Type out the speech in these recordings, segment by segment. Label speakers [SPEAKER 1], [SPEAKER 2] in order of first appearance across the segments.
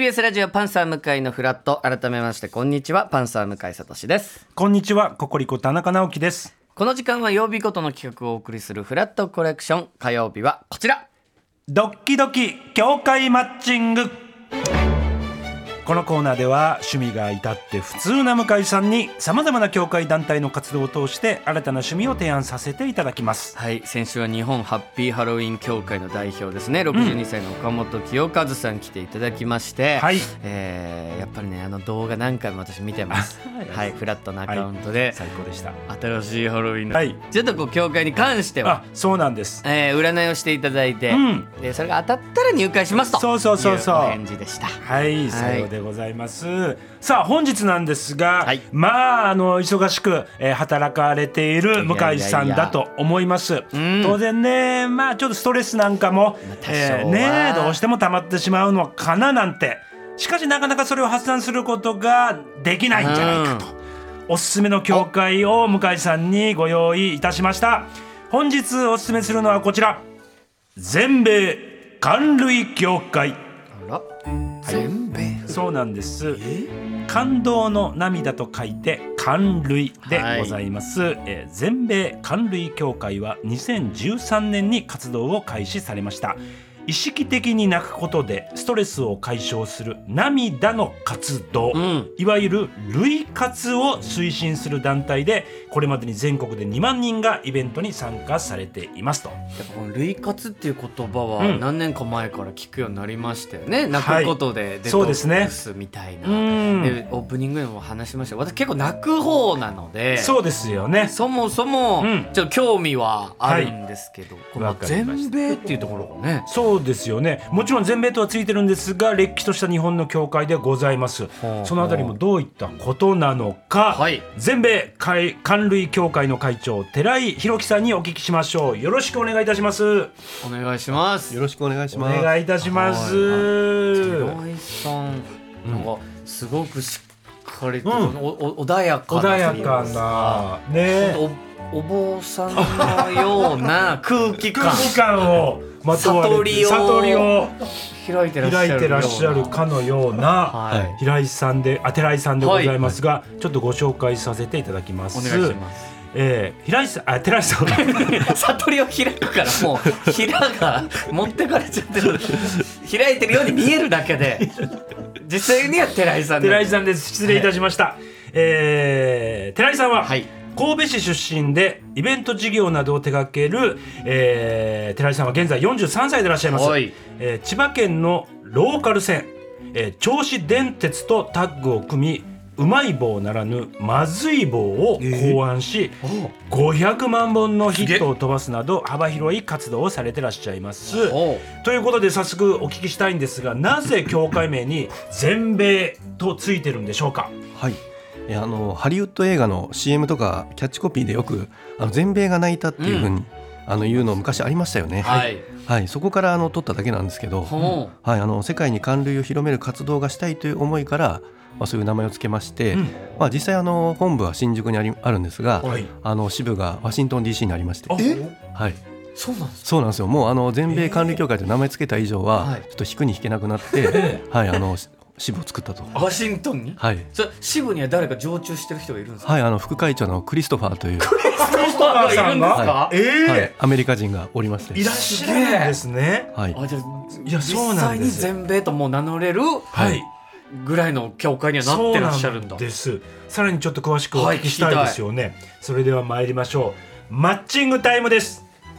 [SPEAKER 1] TBS ラジオパンサー向井のフラット。改めましてこんにちは、パンサー向井聡です。
[SPEAKER 2] こんにちは、ココリコ田中直樹です。
[SPEAKER 1] この時間は曜日ごとの企画をお送りするフラットコレクション。火曜日はこちら、
[SPEAKER 2] ドッキドキ協会マッチング。このコーナーでは趣味が至って普通な向井さんにさまざまな協会団体の活動を通して新たな趣味を提案させていただきます。
[SPEAKER 1] はい、先週は日本ハッピーハロウィン協会の代表ですね、62歳の岡本清和さん来ていただきまして、
[SPEAKER 2] はい、
[SPEAKER 1] やっぱりね、あの動画何回も私見てますはい、フラットなアカウントで、
[SPEAKER 2] 最高でした。
[SPEAKER 1] 新しいハロウィンの、
[SPEAKER 2] はい、
[SPEAKER 1] ちょっとこう協会に関しては
[SPEAKER 2] そうなんです、
[SPEAKER 1] 占いをしていただいて、それが当たったら入会しますというお返事でした。
[SPEAKER 2] はい、さようでございます。さあ本日なんですが、
[SPEAKER 1] はい、
[SPEAKER 2] 忙しく、働かれている向井さんだと思います。当然ね、ちょっとストレスなんかも、どうしても溜まってしまうのかななんて、しかしなかなかそれを発散することができないんじゃないかと、おすすめの協会を向井さんにご用意いたしました。本日おすすめするのはこちら、全米感涙協会。
[SPEAKER 1] 全米、
[SPEAKER 2] そうなんです。感動の涙と書いて感涙でございます。全米感涙協会は2013年に活動を開始されました。意識的に泣くことでストレスを解消する涙の活動、いわゆる涙活を推進する団体で、これまでに全国で2万人がイベントに参加されていますと。や
[SPEAKER 1] っぱこの涙活っていう言葉は何年か前から聞くようになりましたよね、泣くことでデトックスみたいな、でオープニングでも話しました。私結構泣く方なので、
[SPEAKER 2] そうですよね、
[SPEAKER 1] そもそもちょっと興味はあるんですけど、この全米っていうところがね、
[SPEAKER 2] そうですよね。もちろん全米とはついてるんですが、れっきとした日本の協会でございます。そのあたりもどういったことなのか、全米感涙協会の会長寺井宏樹さんにお聞きしましょう。よろしくお願いいたします。
[SPEAKER 1] お願いします。
[SPEAKER 3] よろしくお願いします。
[SPEAKER 2] お願いいたします。
[SPEAKER 1] 寺井さん、なんかすごくしっかりと、穏やか
[SPEAKER 2] なね、
[SPEAKER 1] お坊さんのような空気感
[SPEAKER 2] をまとわれて、悟りを
[SPEAKER 1] 開いてらっしゃる
[SPEAKER 2] かのような、寺井さんでございますが、ちょっとご紹介させていただきます。
[SPEAKER 1] お願いします。
[SPEAKER 2] 寺井さん
[SPEAKER 1] 悟りを開くから、もう平が持ってかれちゃってる開いてるように見えるだけで実際には寺井さん
[SPEAKER 2] です。失礼いたしました。寺井さんは、神戸市出身でイベント事業などを手掛ける、寺井さんは現在43歳でいらっしゃいます。千葉県のローカル線、銚子電鉄とタッグを組み、うまい棒ならぬまずい棒を考案し、500万本のヒットを飛ばすなど幅広い活動をされてらっしゃいます。ということで早速お聞きしたいんですが、なぜ協会名に全米とついてるんでしょうか？
[SPEAKER 3] はい、ハリウッド映画の CM とかキャッチコピーでよく全米が泣いたっていう風に、いうの昔ありましたよね。そこから取っただけなんですけど、世界に感涙を広める活動がしたいという思いから、そういう名前をつけまして、実際本部は新宿にあるんですが、支部がワシントン DC にありまして、そうなんですよ。もう全米感涙協会という名前つけた以上は、ちょっと引くに引けなくなって、支部を作ったと。
[SPEAKER 1] ワシントンに？それ支部には誰か常駐してる人がいるんですか？副会長のクリストファーというクリストファーがいるんですか？
[SPEAKER 3] アメリカ人がおりまして、
[SPEAKER 2] いらっしゃるんですね。
[SPEAKER 1] じゃあ実際に全米ともう名乗れるぐらいの協会にはなってらっしゃるんだ。
[SPEAKER 2] そうなんです。さらにちょっと詳しくお聞きしたいですよね。それでは参りましょう。マッチングタイムです。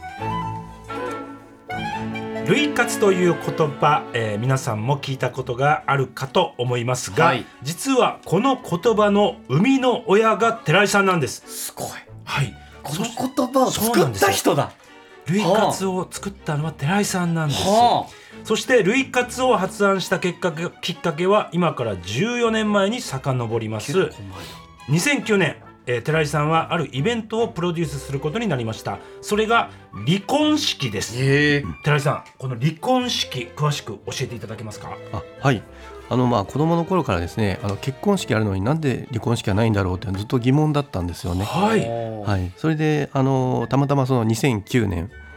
[SPEAKER 2] 涙活という言葉、皆さんも聞いたことがあるかと思いますが、実はこの言葉の生みの親が寺井さんなんです。
[SPEAKER 1] すごい。この言葉を作った人だ。
[SPEAKER 2] 涙活を作ったのは寺井さんなんです。そして涙活を発案したきっかけは今から14年前に遡ります。2009年、寺井さんはあるイベントをプロデュースすることになりました。それが離婚式です。寺井さん、この離婚式詳しく教えていただけますか？
[SPEAKER 3] はい、子供の頃からですね、結婚式あるのになんで離婚式はないんだろうってずっと疑問だったんですよね。それでたまたまその2009年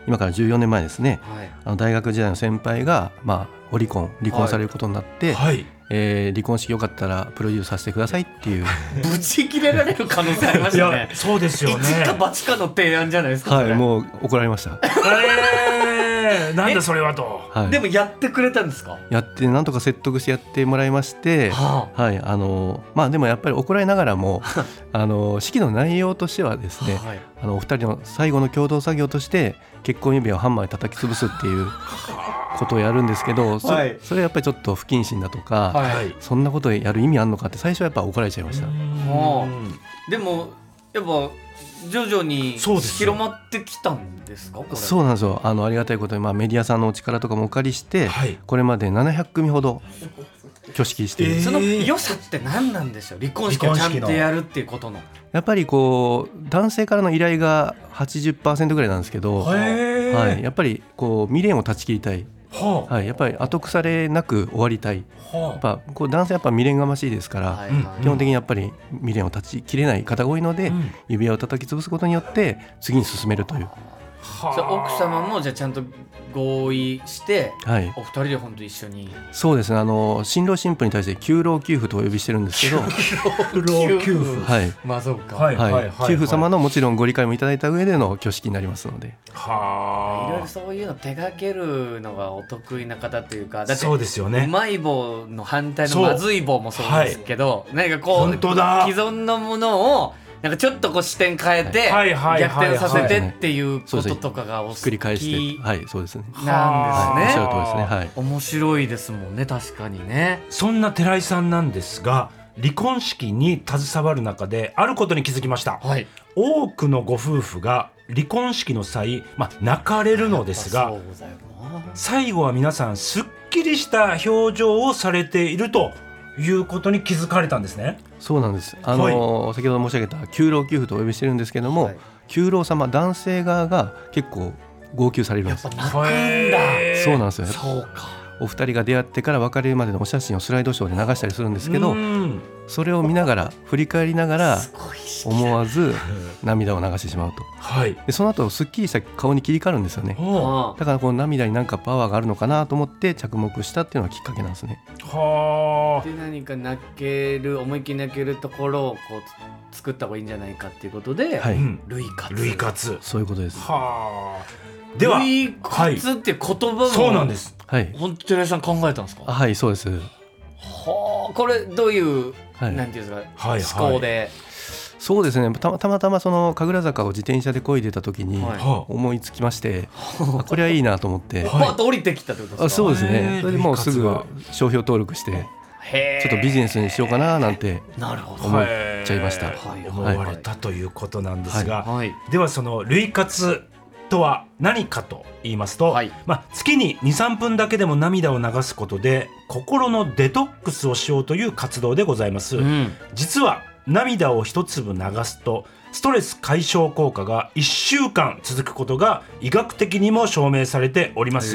[SPEAKER 3] 今から14年前ですね、大学時代の先輩が、離婚されることになって、離婚式よかったらプロデュースさせてくださいっていう
[SPEAKER 1] ブチ切れられる可能性ありましたね。
[SPEAKER 2] そうですよね。
[SPEAKER 1] 一か八かの提案じゃないですか。
[SPEAKER 3] もう怒られました
[SPEAKER 2] なんだそれはと、
[SPEAKER 1] でもやってくれたんですか？
[SPEAKER 3] やってなんとか説得してやってもらいまして、でもやっぱり怒られながらも式の内容としてはですね、お二人の最後の共同作業として結婚指輪をハンマーで叩き潰すっていうことをやるんですけど、それはやっぱりちょっと不謹慎だとか、そんなことをやる意味あるのかって最初はやっぱ怒られちゃいました。
[SPEAKER 1] でもやっぱ徐々に広まってきたんですか？
[SPEAKER 3] そうなんですよ。ありがたいことに、メディアさんのお力とかもお借りして、これまで700組ほど挙式している。
[SPEAKER 1] その良さって何なんでしょう？離婚式をちゃんとやるっていうことの。
[SPEAKER 3] やっぱりこう男性からの依頼が 80% ぐらいなんですけど、やっぱりこう未練を断ち切りたい、やっぱり後腐れなく終わりたい、やっぱこう男性はやっぱ未練がましいですから、基本的にやっぱり未練を断ち切れない方が多いので、指輪を叩き潰すことによって次に進めるという。
[SPEAKER 1] 奥様もじゃあちゃんと合意して、お二人で本当一緒に。
[SPEAKER 3] そうですね。新郎新婦に対して9老9婦とお呼びしてるんですけど
[SPEAKER 1] 9老9婦、そうか、
[SPEAKER 3] 9婦様のもちろんご理解もいただいた上での挙式になりますので、
[SPEAKER 1] いろいろそういうの手掛けるのがお得意な方というか、だって
[SPEAKER 2] そうですよね、
[SPEAKER 1] うまい棒の反対のまずい棒もそうですけど、何かこう既存のものをなんかちょっとこう視点変えて逆転させてっていうこととかがお好き
[SPEAKER 3] 繰り返して、そうですね。
[SPEAKER 1] なんですね。
[SPEAKER 3] おっしゃる通りですね。
[SPEAKER 1] 面白いですもんね、確かにね。
[SPEAKER 2] そんな寺井さんなんですが、離婚式に携わる中であることに気づきました。多くのご夫婦が離婚式の際、泣かれるのですが、最後は皆さんすっきりした表情をされているということに気づかれたんですね。
[SPEAKER 3] そうなんです。先ほど申し上げた9老9婦とお呼びしてるんですけども、9老様男性側が結構号泣されるんです。
[SPEAKER 1] やっぱ泣くんだ。
[SPEAKER 3] そうなんですよ。
[SPEAKER 1] そうか。
[SPEAKER 3] お二人が出会ってから別れるまでのお写真をスライドショーで流したりするんですけど、それを見ながら振り返りながら思わず涙を流してしまうと、でその後すっきりした顔に切り替わるんですよね。だからこの涙に何かパワーがあるのかなと思って着目したっていうのがきっかけなんですね。
[SPEAKER 1] で何か泣ける、思いっきり泣けるところをこう作った方がいいんじゃないかっていうことで、類活、
[SPEAKER 3] そういうことです。
[SPEAKER 2] では
[SPEAKER 1] 類活っていう言葉も、
[SPEAKER 2] そうなんです。
[SPEAKER 1] 本当寺井さん考えたんですか？
[SPEAKER 3] はい、そうです。
[SPEAKER 1] これどういう、なんていうんですか、思考で。
[SPEAKER 3] そうですね。たまたまその神楽坂を自転車で漕いでた時に思いつきまして、これはいいなと思って
[SPEAKER 1] パッと降りてきたってことですか？
[SPEAKER 3] そうですね。それでもうすぐ商標登録して、ちょっとビジネスにしようかななんて思っちゃいました。
[SPEAKER 2] 思われたということなんですが、ではその類活とは何かと言いますと、月に 2,3 分だけでも涙を流すことで心のデトックスをしようという活動でございます。実は涙を一粒流すとストレス解消効果が1週間続くことが医学的にも証明されております。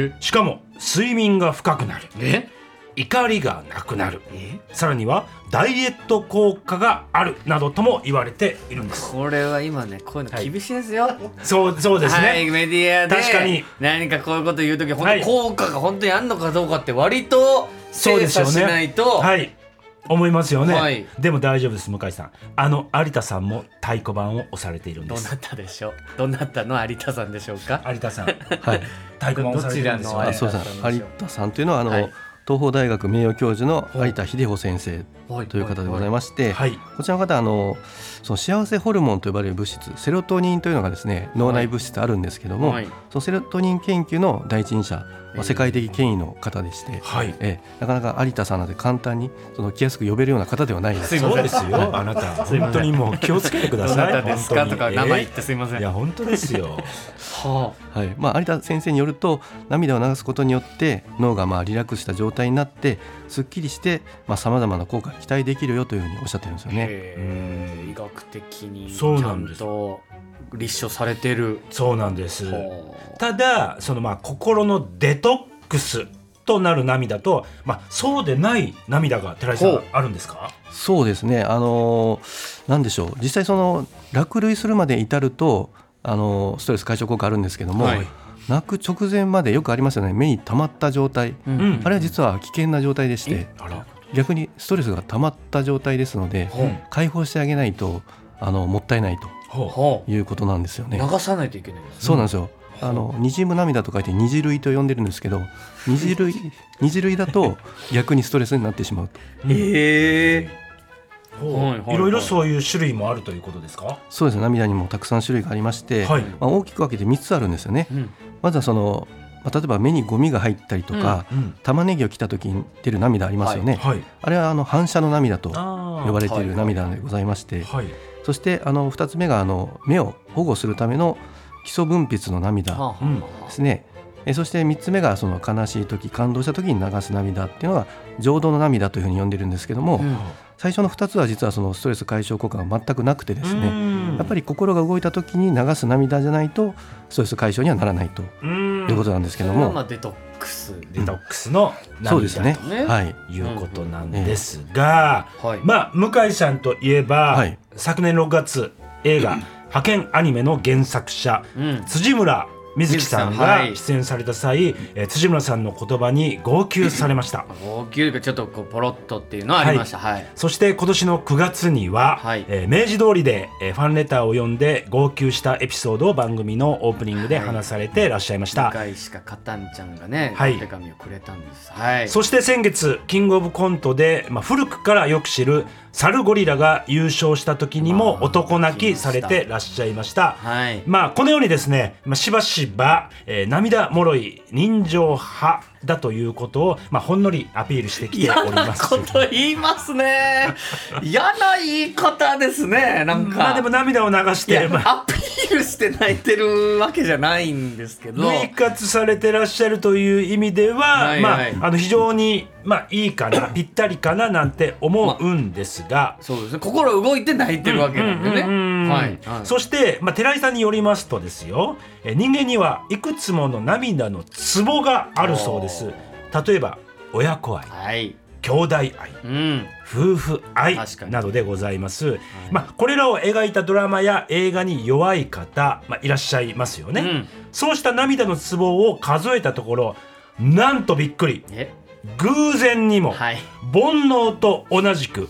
[SPEAKER 2] しかも睡眠が深くなる、怒りがなくなる、さらにはダイエット効果があるなどとも言われているんです。
[SPEAKER 1] これは今ね、こういうの厳しいですよ。
[SPEAKER 2] そうですね。
[SPEAKER 1] メディアで確かに何かこういうこと言うとき、本当効果が本当にあるのかどうかって割と精査しないと、
[SPEAKER 2] 思いますよね。でも大丈夫です、向井さん。有田さんも太鼓判を押されているんです。
[SPEAKER 1] どなたでしょう？どなたの有田さんでしょうか？
[SPEAKER 2] 有田さん、太鼓判を押されているんですよ。
[SPEAKER 3] 有田さんというのは東邦大学名誉教授の有田秀穂先生という方でございまして、こちらの方その幸せホルモンと呼ばれる物質セロトニンというのがですね、脳内物質あるんですけども、そのセロトニン研究の第一人者、世界的権威の方でして、なかなか有田さんなんて簡単に気安く呼べるような方ではないです。
[SPEAKER 2] そうですよ、あなた本当にもう気をつけてください。
[SPEAKER 1] どなたですかとか名前言ってすいません。
[SPEAKER 2] いや本当ですよ。
[SPEAKER 3] 有田先生によると、涙を流すことによって脳がリラックスした状態になってすっきりしてさまざまな効果が期待できるよというふうにおっしゃってるんですよね。
[SPEAKER 1] 医学的にちゃんと立証されてる。
[SPEAKER 2] そうなんです。ただ心のデトックスとなる涙と、そうでない涙が寺井さんあるんですか？
[SPEAKER 3] そうですね。なんでしょう、実際落涙するまで至るとストレス解消効果あるんですけども、泣く直前までよくありますよね、目に溜まった状態、あれは実は危険な状態でして、逆にストレスが溜まった状態ですので、解放してあげないともったいないということなんですよね。
[SPEAKER 1] 流さないといけないですね。
[SPEAKER 3] そうなんですよ。にじむ涙と書いて二次類と呼んでるんですけど、二次類だと逆にストレスになってしまうと。
[SPEAKER 2] いろいろそういう種類もあるということですか？
[SPEAKER 3] そうですね、涙にもたくさん種類がありまして、大きく分けて3つあるんですよね。まずは例えば目にゴミが入ったりとか、玉ねぎを切った時に出る涙ありますよね。あれは反射の涙と呼ばれている涙でございまして、そして2つ目が目を保護するための基礎分泌の涙ですね。そして3つ目が悲しい時、感動した時に流す涙っていうのが情動の涙というふうに呼んでるんですけども、最初の2つは実はストレス解消効果が全くなくてですね、やっぱり心が動いた時に流す涙じゃないとストレス解消にはならないということなんですけども、
[SPEAKER 1] デトックス
[SPEAKER 2] の涙
[SPEAKER 3] と
[SPEAKER 2] いうことなんですが、向井さんといえば、昨年6月映画派遣アニメの原作者、辻村瑞希さんが出演された際、辻村さんの言葉に号泣されました。
[SPEAKER 1] 号泣がちょっとポロッとっていうのはありました。
[SPEAKER 2] そして今年の9月には、明治通りでファンレターを読んで号泣したエピソードを番組のオープニングで話されていらっしゃいました。
[SPEAKER 1] 向井しかかたんちゃんがね、お手紙をくれたんです。
[SPEAKER 2] そして先月キングオブコントで、古くからよく知るサルゴリラが優勝した時にも男泣きされてらっしゃいました。このようにですね、しばしば、涙もろい人情派だということを、ほんのりアピールしてきております。
[SPEAKER 1] 嫌なこと言いますね。嫌な言い方ですね。なんか
[SPEAKER 2] でも涙を流して
[SPEAKER 1] アピールして泣いてるわけじゃないんですけど、
[SPEAKER 2] 涙活されてらっしゃるという意味では、非常にいいかな、ぴったりかななんて思うんですが、
[SPEAKER 1] そうですね、心動いて泣いてるわけなんでね。
[SPEAKER 2] そして、寺井さんによりますとですよ、人間にはいくつもの涙のツボがあるそうです。例えば親子愛、兄弟愛、夫婦愛などでございます。これらを描いたドラマや映画に弱い方、いらっしゃいますよね。そうした涙のツボを数えたところ、なんとびっくり、偶然にも、煩悩と同じく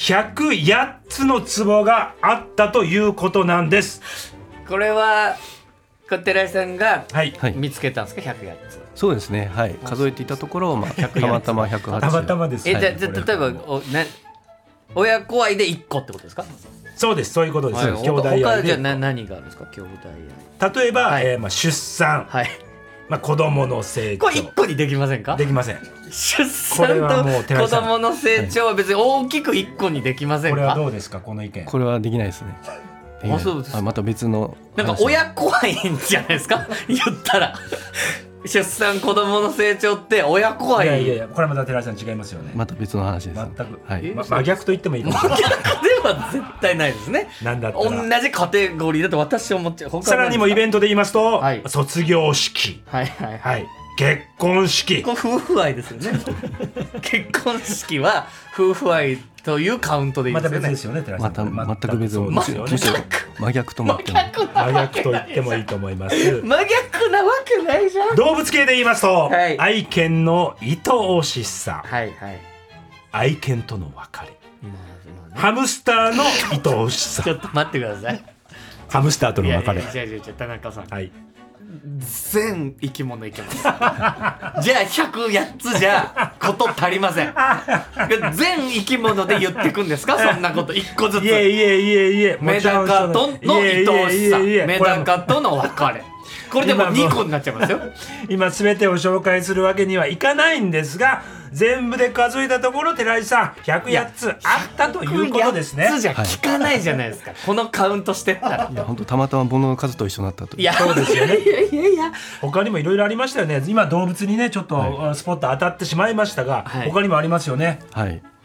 [SPEAKER 2] 108つのツボがあったということなんです。
[SPEAKER 1] これは寺井さんが見つけたんですか？108つ。
[SPEAKER 3] そうですね、数えていたところ、たまたま108つ。
[SPEAKER 2] たまたまです。
[SPEAKER 1] じゃあ例えば親子愛で1個ってことですか？
[SPEAKER 2] そうです、そういうことです。兄弟愛で。
[SPEAKER 1] 他じゃ何があるんですか？兄弟
[SPEAKER 2] 愛。例えば、出産、子供の成長。
[SPEAKER 1] これ1個にできませんか？
[SPEAKER 2] できません。
[SPEAKER 1] 出産と子供の成長は別に大きく1個にできませんか？
[SPEAKER 2] これはどうですか、この意見。
[SPEAKER 3] これはできないですね。また別の
[SPEAKER 1] なんか親子愛じゃないですか言ったら出産、子供の成長って親子愛。
[SPEAKER 2] いやこれまた寺井さん違いますよね。
[SPEAKER 3] また別の話です。
[SPEAKER 2] 全く、真逆と言ってもいいかもしれない。
[SPEAKER 1] 真逆では絶対ないですね。
[SPEAKER 2] なんだったら
[SPEAKER 1] 同じカテゴリーだと私は思っちゃう。
[SPEAKER 2] さらにもイベントで言いますと、卒業式、結婚式、
[SPEAKER 1] これ夫婦愛ですよね。結婚式は夫婦愛というカウントでいいですよね。
[SPEAKER 2] また別ですよね、寺井さん。
[SPEAKER 3] 全く別の、むしろ真逆と思っても
[SPEAKER 2] 真逆と言ってもいいと思います。
[SPEAKER 1] 真逆なわけないじゃん。
[SPEAKER 2] 動物系で言いますと、愛犬の愛おしさ、愛犬との別れ、ハムスターの愛おしさ。
[SPEAKER 1] ちょっと待ってください。
[SPEAKER 2] ハムスターとの別れ。
[SPEAKER 1] 違う田中さん、全生き物いけます。じゃあ108つじゃこと足りません。全生き物で言ってくんですか？そんなこと1個ずつ。いえメダカとの愛おしさ、メダカとの別れ、これでもう2個になっちゃいますよ。
[SPEAKER 2] 今全てを紹介するわけにはいかないんですが、全部で数えたところ寺井さん108つあったということですね。
[SPEAKER 1] 108つじゃ聞かないじゃないですか、このカウントしてったら。
[SPEAKER 3] いや本当たまたま物の数と一緒になったと。
[SPEAKER 1] いや
[SPEAKER 2] そうですよね。いや他にもいろいろありましたよね。今動物にねちょっとスポット当たってしまいましたが、他にもありますよね。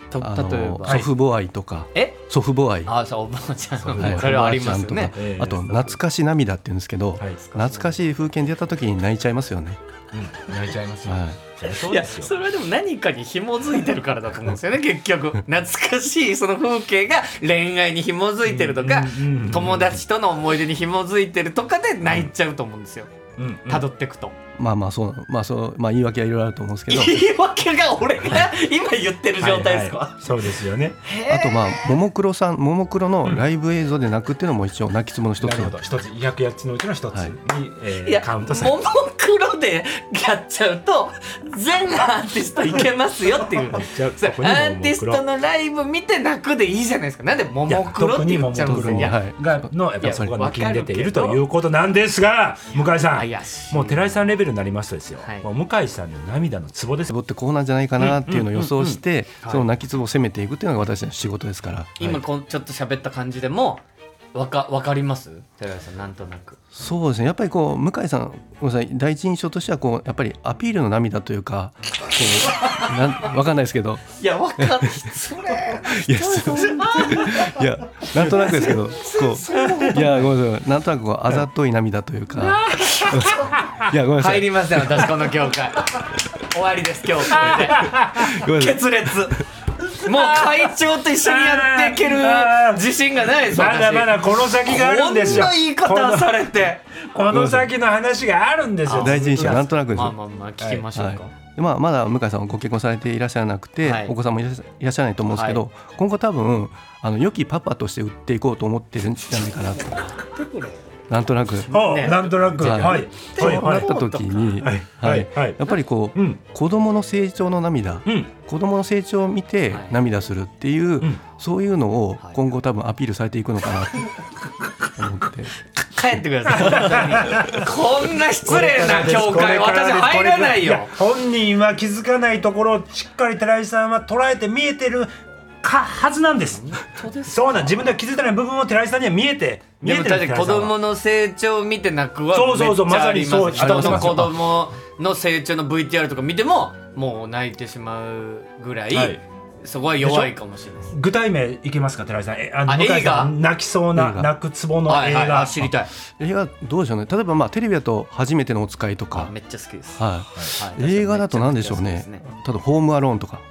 [SPEAKER 3] 祖父母愛とか、祖父母愛、
[SPEAKER 1] そうおばあちゃん、それはありますよね。
[SPEAKER 3] あと懐かし涙って言うんですけど、懐かしい風景に出た時に泣いちゃいますよね。
[SPEAKER 2] 泣いちゃいますよ。
[SPEAKER 1] いやそれはでも何かに紐づいてるからだと思うんですよね結局。懐かしいその風景が恋愛に紐づいてるとか、友達との思い出に紐づいてるとかで泣いちゃうと思うんですよ、辿っていくと。言
[SPEAKER 3] い訳はいろいろあると思うんですけど、
[SPEAKER 1] 言い訳が俺が今言ってる状態ですか？
[SPEAKER 2] そうですよね。
[SPEAKER 3] あとももクロのライブ映像で泣くっていうのも一応泣きツボの一つ。
[SPEAKER 2] 一つ208つのうちの一つにカウントされる。
[SPEAKER 1] ももクロでやっちゃうと全アーティストいけますよっていうアーティストのライブ見て泣くでいいじゃないですか。なんでももクロって言っちゃうんですよ。
[SPEAKER 2] やっぱそこが抜きに出ているということなんですが、向井さんもう寺井さんレベルになりますとですよ、もう向井さんの涙のツボです。
[SPEAKER 3] ツボってこうなんじゃないかなっていうのを予想して、その泣きツボを攻めていくっていうのが私の仕事ですから。
[SPEAKER 1] 今ちょっと喋った感じでもわかります？寺井さんなんとなく。
[SPEAKER 3] そうですね、やっぱり向井さん第一印象としてはやっぱりアピールの涙というかわかんないですけど、
[SPEAKER 1] いやわかんない失礼
[SPEAKER 3] いやなんとなくですけどいやごめんなさい、なんとなくあざとい涙というかいやごめんなさい、
[SPEAKER 1] 入りません私この教会終わりです今日これで決裂。もう会長と一緒にやっていける自信がないです。
[SPEAKER 2] まだこの先があるんですよ。
[SPEAKER 1] こんな言い方されて
[SPEAKER 2] この先の話があるんですよ。
[SPEAKER 3] 第一印象なんとなくです。
[SPEAKER 1] 聞きましょうか。
[SPEAKER 3] まだ向井さんはご結婚されていらっしゃらなくて、お子さんもいらっしゃらないと思うんですけど、今後多分良きパパとして売っていこうと思ってるんじゃないかなと。なんとなく
[SPEAKER 2] なんとなく
[SPEAKER 3] そうなった時にやっぱり子供の成長の涙、子供の成長を見て涙するっていう、そういうのを今後多分アピールされていくのかなと思って
[SPEAKER 1] 帰ってくださいこんな失礼な教会私入らないよ。
[SPEAKER 2] 本人は気づかないところをしっかり寺井さんは捉えて見えてるはずなんです。そうなん、自分では気づいてない部分を寺井さんには見えてる。
[SPEAKER 1] でも確かに子供の成長を見て泣くはめっちゃあります。人の子供の成長の VTR とか見てももう泣いてしまうぐらい、そこは弱いかもしれないです。
[SPEAKER 2] 具体名いけますか寺井さん。映画泣きそうな泣くツボの映画、
[SPEAKER 1] 知りたい。
[SPEAKER 3] 映画どうでしょうね。例えばテレビだと初めてのお使いとか
[SPEAKER 1] めっちゃ好きです。
[SPEAKER 3] 映画だと何でしょうね。ただホームアローンとか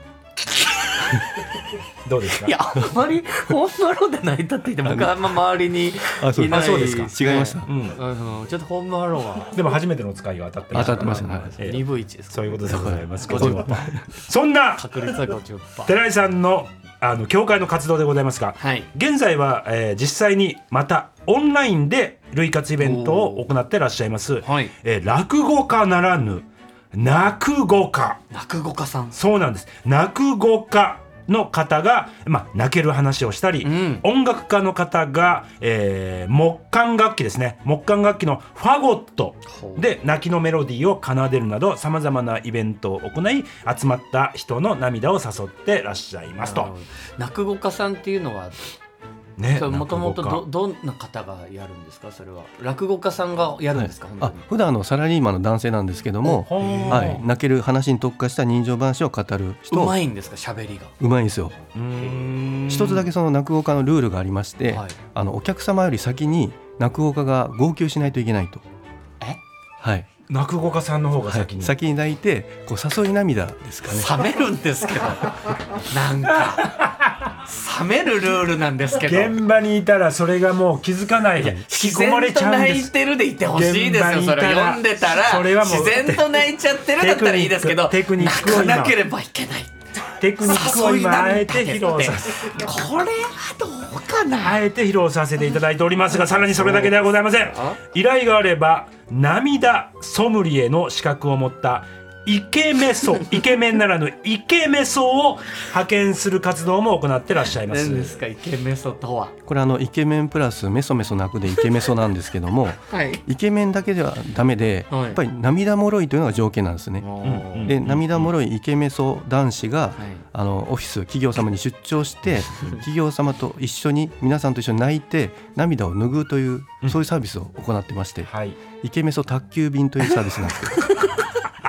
[SPEAKER 2] どうですか？
[SPEAKER 1] いやあんまりホームアローンで泣いたって言って僕はあんま周りにいない。
[SPEAKER 3] そうですか。違いました。
[SPEAKER 1] ちょっとホームアローンは
[SPEAKER 2] でも初めての使いが当たってます
[SPEAKER 3] ね。
[SPEAKER 1] 2分1です。
[SPEAKER 2] そういうことでございます。そんな
[SPEAKER 1] 確率は 50%。
[SPEAKER 2] 寺井さんの教会の活動でございますが、現在は実際にまたオンラインで類活イベントを行っていらっしゃいます、落語家ならぬ泣く語家。
[SPEAKER 1] 落語家さん。
[SPEAKER 2] そうなんです。泣く語家の方が、泣ける話をしたり、音楽家の方が、木管楽器ですね、木管楽器のファゴットで泣きのメロディーを奏でるなどさまざまなイベントを行い集まった人の涙を誘ってらっしゃいますと。
[SPEAKER 1] 落語家さんっていうのはもともとどんな方がやるんですか？それは落語家さんがやるんですか？
[SPEAKER 3] 普段サラリーマンの男性なんですけども、泣ける話に特化した人情話を語る人。
[SPEAKER 1] うまいんですか？喋りが
[SPEAKER 3] うまいんですよ。一つだけその落語家のルールがありまして、お客様より先に落語家が号泣しないといけないと。
[SPEAKER 2] 落語家さんの方が先
[SPEAKER 3] に泣いて誘い涙ですか
[SPEAKER 1] ね。冷めるんですけどなんか冷めるルールなんですけど、
[SPEAKER 2] 現場にいたらそれがもう気づかないで引き込まれちゃうんです。
[SPEAKER 1] 自然と泣いてるでいてほしいですよ。それ読んでたら自然と泣いちゃってるだったらいいですけど、
[SPEAKER 2] テクニックを
[SPEAKER 1] 泣かなければいけない。
[SPEAKER 2] テクニックを今あえて披露させて、
[SPEAKER 1] これはどうかな、
[SPEAKER 2] あえて披露させていただいておりますが、さらにそれだけではございません。依頼があれば涙ソムリエの資格を持ったイケメソ、イケメンならぬイケメソを派遣する活動も行ってらっしゃいます。
[SPEAKER 1] 何ですかイケメソとは？
[SPEAKER 3] これイケメンプラスメソメソ泣くでイケメソなんですけども、イケメンだけではダメで、やっぱり涙もろいというのが条件なんですね。で涙もろいイケメソ男子が、オフィス企業様に出張して企業様と一緒に皆さんと一緒に泣いて涙を拭うという、そういうサービスを行ってまして、イケメソ宅急便というサービスなんですけど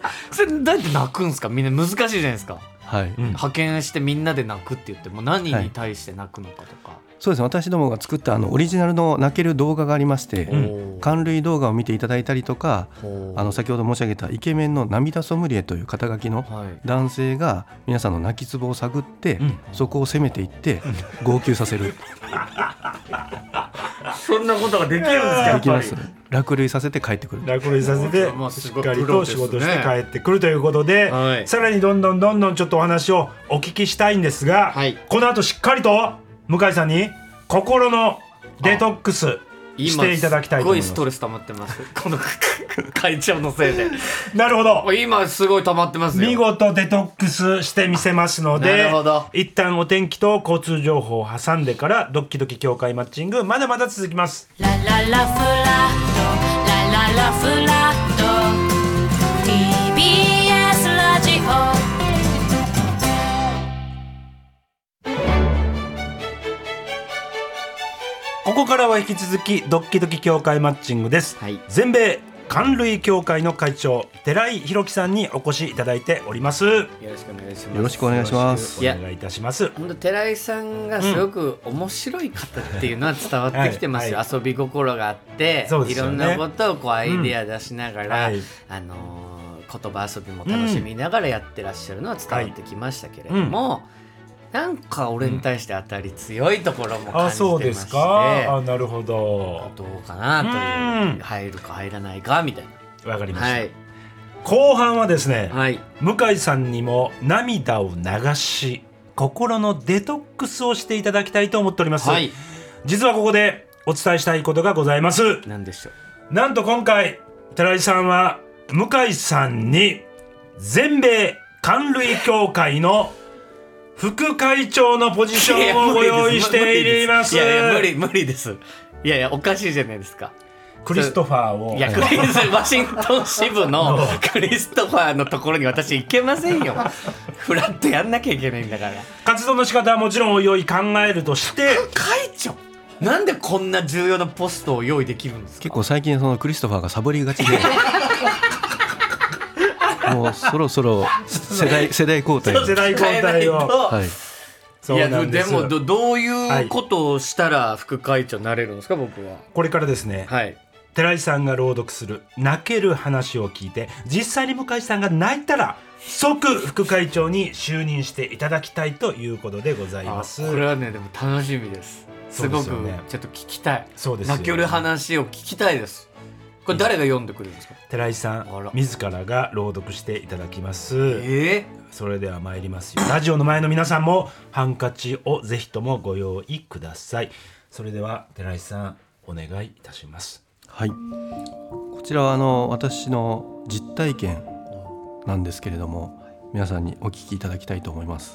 [SPEAKER 1] それどうやって泣くんですか？みんな難しいじゃないですか。
[SPEAKER 3] はい、
[SPEAKER 1] 派遣してみんなで泣くって言っても何に対して泣くのかとか、
[SPEAKER 3] そうですね、私どもが作ったオリジナルの泣ける動画がありまして、感涙動画を見ていただいたりとか、先ほど申し上げたイケメンの涙ソムリエという肩書きの男性が皆さんの泣きツボを探って、そこを攻めていって号泣させる
[SPEAKER 1] そんなことができるんですか？
[SPEAKER 3] できます。落涙させて帰ってくる。
[SPEAKER 2] 落涙させてしっかりと仕事して帰ってくるということで、さらにどんどんちょっとお話をお聞きしたいんですが、この後しっかりと向井さんに心のデトックスしていただきたいと思います。
[SPEAKER 1] すごいストレス溜まってますこの会長のせいで。
[SPEAKER 2] なるほど、
[SPEAKER 1] 今すごい溜まってますよ。
[SPEAKER 2] 見事デトックスしてみせますので、一旦お天気と交通情報を挟んでからドッキドキ協会マッチングまだまだ続きます。ラララフラットラララフラット TBS ラジオ。ここからは引き続きドッキドキ協会マッチングです、全米感涙協会の会長寺井宏樹さんにお越しいただいております。よ
[SPEAKER 1] ろしくお願いします。
[SPEAKER 3] よろしくお願いします。
[SPEAKER 2] お願いいたします。
[SPEAKER 1] 本当寺井さんがすごく面白い方っていうのは伝わってきてますよ、遊び心があって、いろんなことをこうアイデア出しながら、言葉遊びも楽しみながらやってらっしゃるのは伝わってきましたけれども、なんか俺に対して当たり強いところも感じてまして、
[SPEAKER 2] そうですか。なるほど。
[SPEAKER 1] どうかなという、入るか入らないかみたいな。
[SPEAKER 2] わかりました、後半はですね、向井さんにも涙を流し心のデトックスをしていただきたいと思っております、実はここでお伝えしたいことがございます。
[SPEAKER 1] 何でしょ
[SPEAKER 2] う。なんと今回寺井さんは向井さんに全米感涙協会の副会長のポジションをご用意しています。
[SPEAKER 1] いや無理です。いやおかしいじゃないですか。
[SPEAKER 2] クリストファーを、
[SPEAKER 1] いやワシントン支部のクリストファーのところに私行けませんよ。フラッとやんなきゃいけないんだから。
[SPEAKER 2] 活動の仕方はもちろんおい考えるとして、
[SPEAKER 1] 会長なんでこんな重要なポストを用意できるんですか？
[SPEAKER 3] 結構最近そのクリストファーがサボりがちでもうそろそろ世代交代を、
[SPEAKER 1] いやでもどういうことをしたら副会長になれるんですか？僕は
[SPEAKER 2] これからですね、寺井さんが朗読する泣ける話を聞いて、実際に向井さんが泣いたら即副会長に就任していただきたいということでございます。
[SPEAKER 1] これはねでも楽しみです。すごくちょっと聞きたい。そうですよね、泣ける話を聞きたいです。これ誰が読んでくれるんですか？
[SPEAKER 2] 寺井さん自らが朗読していただきます。それでは参りますよ。ラジオの前の皆さんもハンカチをぜひともご用意ください。それでは寺井さんお願いいたします。
[SPEAKER 3] こちらは私の実体験なんですけれども、皆さんにお聞きいただきたいと思います。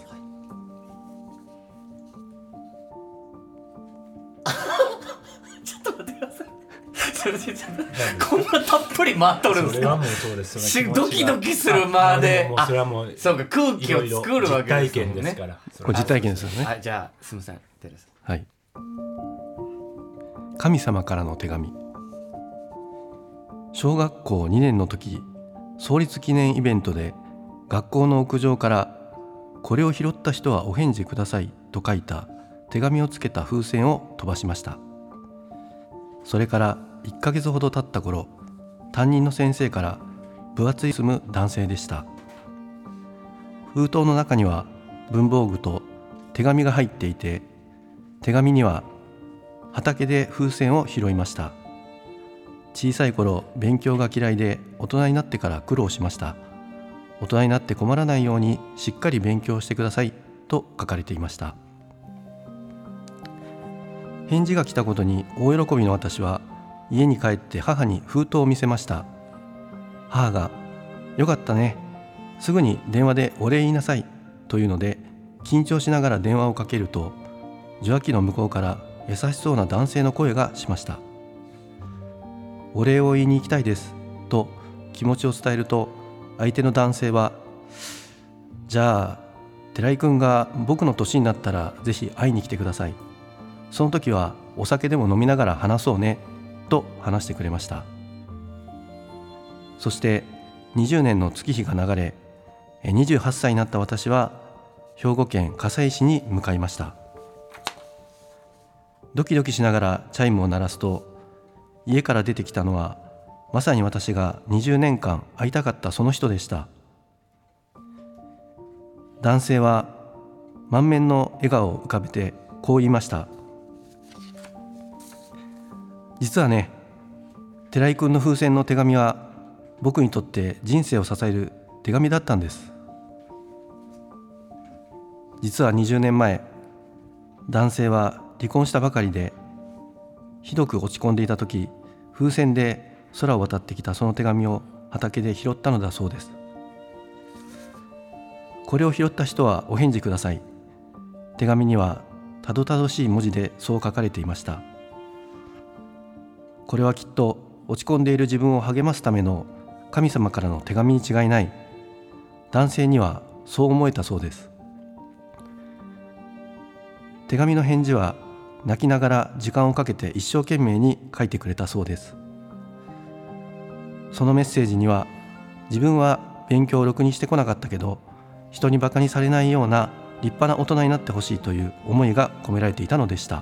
[SPEAKER 1] ちょっと待ってください。こんなたっぷり回っとるんですか？ドキドキする間で、そうか、空気を作るわけですよね。
[SPEAKER 3] これ実体験ですよね。
[SPEAKER 1] じゃあすみません。
[SPEAKER 3] 神様からの手紙。小学校2年の時、創立記念イベントで学校の屋上からこれを拾った人はお返事くださいと書いた手紙をつけた風船を飛ばしました。それから1ヶ月ほど経った頃、担任の先生から分厚い積む男性でした。封筒の中には文房具と手紙が入っていて、手紙には畑で風船を拾いました。小さい頃勉強が嫌いで大人になってから苦労しました。大人になって困らないようにしっかり勉強してくださいと書かれていました。返事が来たことに大喜びの私は家に帰って母に封筒を見せました。母がよかったね、すぐに電話でお礼言いなさいというので、緊張しながら電話をかけると、受話器の向こうから優しそうな男性の声がしました。お礼を言いに行きたいですと気持ちを伝えると、相手の男性は、じゃあ寺井くんが僕の年になったらぜひ会いに来てください。その時はお酒でも飲みながら話そうねと話してくれました。そして 20年の月日が流れ、28歳になった私は兵庫県加西市に向かいました。ドキドキしながらチャイムを鳴らすと、家から出てきたのはまさに私が20年間会いたかったその人でした。男性は満面の笑顔を浮かべてこう言いました。実はね、寺井くんの風船の手紙は僕にとって人生を支える手紙だったんです。実は20年前、男性は離婚したばかりでひどく落ち込んでいた時、風船で空を渡ってきたその手紙を畑で拾ったのだそうです。これを拾った人はお返事ください。手紙にはたどたどしい文字でそう書かれていました。これはきっと落ち込んでいる自分を励ますための神様からの手紙に違いない。男性にはそう思えたそうです。手紙の返事は泣きながら時間をかけて一生懸命に書いてくれたそうです。そのメッセージには、自分は勉強をろくにしてこなかったけど、人にバカにされないような立派な大人になってほしいという思いが込められていたのでした。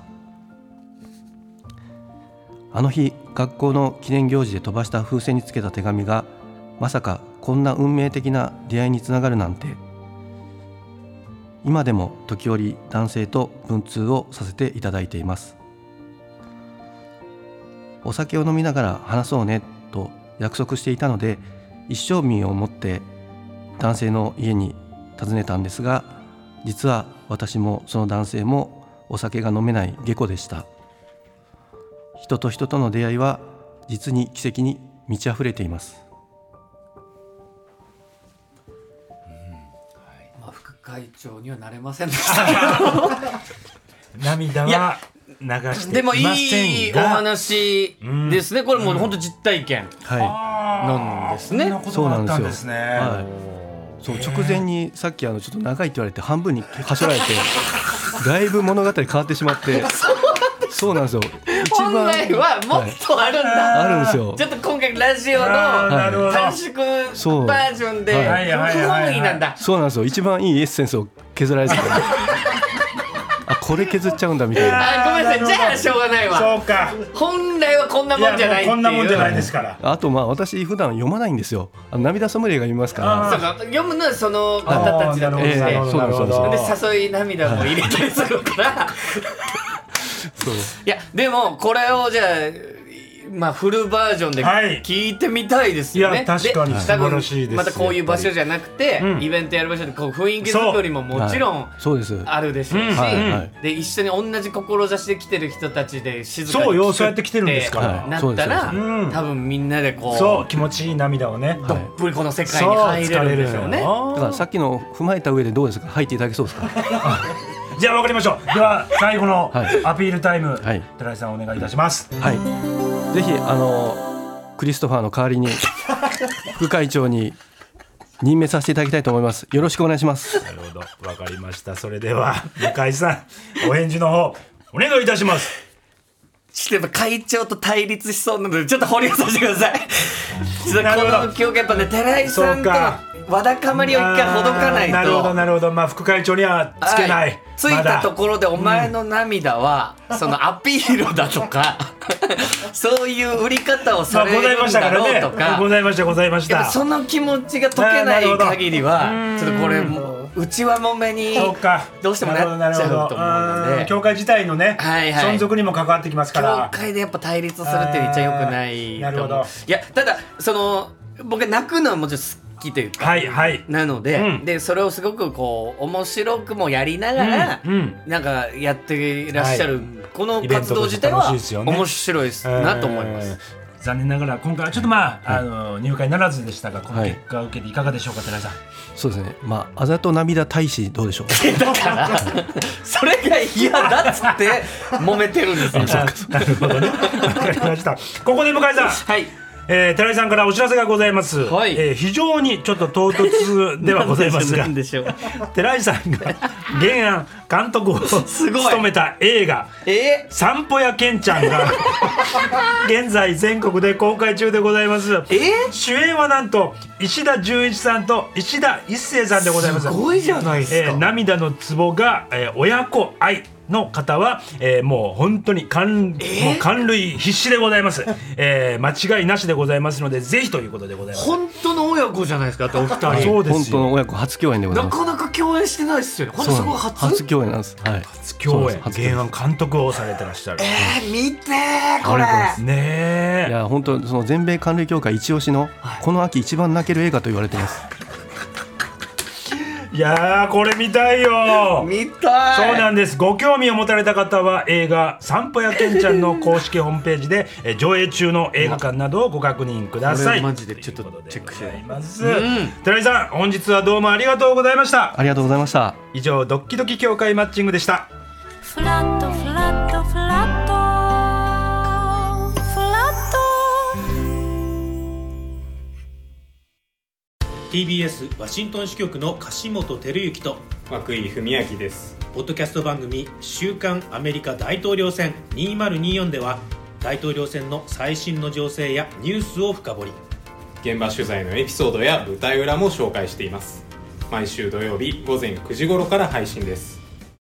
[SPEAKER 3] あの日、学校の記念行事で飛ばした風船につけた手紙が、まさかこんな運命的な出会いにつながるなんて。今でも時折男性と文通をさせていただいています。お酒を飲みながら話そうねと約束していたので、一升瓶を持って男性の家に訪ねたんですが、実は私もその男性もお酒が飲めない下戸でした。人と人との出会いは実に奇跡に満ち溢れています。
[SPEAKER 1] 副会長にはなれませんでしたけど
[SPEAKER 2] 涙は流していませんが、
[SPEAKER 1] でもいいお話ですね。これもう本当実体験なんですね。
[SPEAKER 2] そうなんですね。はい、
[SPEAKER 3] そう直前にさっきちょっと長いって言われて半分にはしょられてだいぶ物語変わってしまってそうなんですよ。
[SPEAKER 1] 本来はもっとあるんだ、
[SPEAKER 3] はい、あるんですよ。
[SPEAKER 1] ちょっと今回ラジオの短縮バージョンで不本意なんだ。
[SPEAKER 3] そうなんですよ。一番いいエッセンスを削られててあ、これ削っちゃうんだみたいな。
[SPEAKER 1] ごめんなさい、じゃあしょうがないわ。
[SPEAKER 2] そうか、
[SPEAKER 1] 本来はこんなもんじゃないっていう。
[SPEAKER 2] こんなもんじゃないですから。
[SPEAKER 3] あと私普段読まないんですよ。涙ソムリエが読みますから。
[SPEAKER 1] そうか、読むのはその方たちだと思って、で誘い涙も入れたりするからそう。いやでもこれをじゃあフルバージョンで聞いてみたいですよね。
[SPEAKER 2] いや確かに素晴らしいです。
[SPEAKER 1] またこういう場所じゃなくて、イベントやる場所でこう雰囲気作りももちろんあるでしょうし、で一緒に同じ志で来てる人たちで静かに
[SPEAKER 2] そうやって来てるんですから
[SPEAKER 1] なったら、多分みんなでこう
[SPEAKER 2] そう気持ちいい涙をね、
[SPEAKER 1] どっぷりこの世界に入れるんでしょうね。
[SPEAKER 3] だからさっきの踏まえた上でどうですか、入っていただけそうですか
[SPEAKER 2] じゃあ分かりましょう。では最後のアピールタイム、寺井さんお願いいたします。
[SPEAKER 3] はい、ぜひクリストファーの代わりに副会長に任命させていただきたいと思います。よろしくお願いします。
[SPEAKER 2] なるほど、分かりました。それでは向井さんお返事の方お願いいたします。
[SPEAKER 1] ちょっと会長と対立しそうなのでちょっと保留させてくださいちょっとこの今日やっぱね、寺井さんとわだかまりを一回ほどかないと。
[SPEAKER 2] なるほどなるほど、副会長にはつけない、
[SPEAKER 1] ついたところでお前の涙は、そのアピールだとかそういう売り方をされるんだろうとか、
[SPEAKER 2] ございました。
[SPEAKER 1] その気持ちが解けない限りはちょっとこれもう内輪もめにどうしてもなっちゃうと思うので、
[SPEAKER 2] 教会自体のね、存続にも関わってきますから、
[SPEAKER 1] 教会でやっぱ対立するって言っちゃよくないと思う。いやただ僕が泣くのはもちろん好きというか、なので、でそれをすごくこう面白くもやりながら、なんかやっていらっしゃる、この活動自体は面白いですなと思います。
[SPEAKER 2] 残念ながら今回はちょっと入会ならずでしたが、この結果を受けていかがでしょうか、寺井さん。
[SPEAKER 3] そうですね、あざと涙大使どうでしょう
[SPEAKER 1] だからそれが嫌だっつって揉めてるんですよ
[SPEAKER 2] なるほどね、分かりました。ここで向井さん、 寺井さんからお知らせがございます、はい。非常にちょっと唐突ではございますが寺井さんが原案監督を務めた映画散歩屋ケンちゃんが現在全国で公開中でございます。主演はなんと石田純一さんと石田一生さんでございます。
[SPEAKER 1] すごいじゃないですか。
[SPEAKER 2] 涙のツボが、親子愛の方は、もう本当にもう感涙必至でございます、間違いなしでございますのでぜひということでございます。
[SPEAKER 1] 本当の親子じゃないですか。お二人
[SPEAKER 2] そうですよ。
[SPEAKER 3] 本当の親子初共演でございます。
[SPEAKER 1] なかなか共演してないですよね。そこ
[SPEAKER 3] 初共演なんです、はい、
[SPEAKER 2] 初共演原案監督をされてらっしゃる。
[SPEAKER 1] 見てこれ
[SPEAKER 2] ね。
[SPEAKER 3] いや本当その全米感涙協会一押しの、この秋一番泣ける映画と言われてます。
[SPEAKER 2] いやーこれ見たいよ。
[SPEAKER 1] 見た
[SPEAKER 2] い。そうなんです。ご興味を持たれた方は映画散歩屋ケンちゃんの公式ホームページで上映中の映画館などをご確認ください。
[SPEAKER 1] マジでちょっとチェックして
[SPEAKER 2] ます、寺井さん本日はどうもありがとうございました。
[SPEAKER 3] ありがとうございました。
[SPEAKER 2] 以上ドッキドキ協会マッチングでした。フラットフラットフラットフラット
[SPEAKER 4] TBS ワシントン支局の樫本照之と
[SPEAKER 5] 涌井文明です。
[SPEAKER 4] ポッドキャスト番組週刊アメリカ大統領選2024では大統領選の最新の情勢やニュースを深掘り、
[SPEAKER 5] 現場取材のエピソードや舞台裏も紹介しています。毎週土曜日午前9時頃から配信です。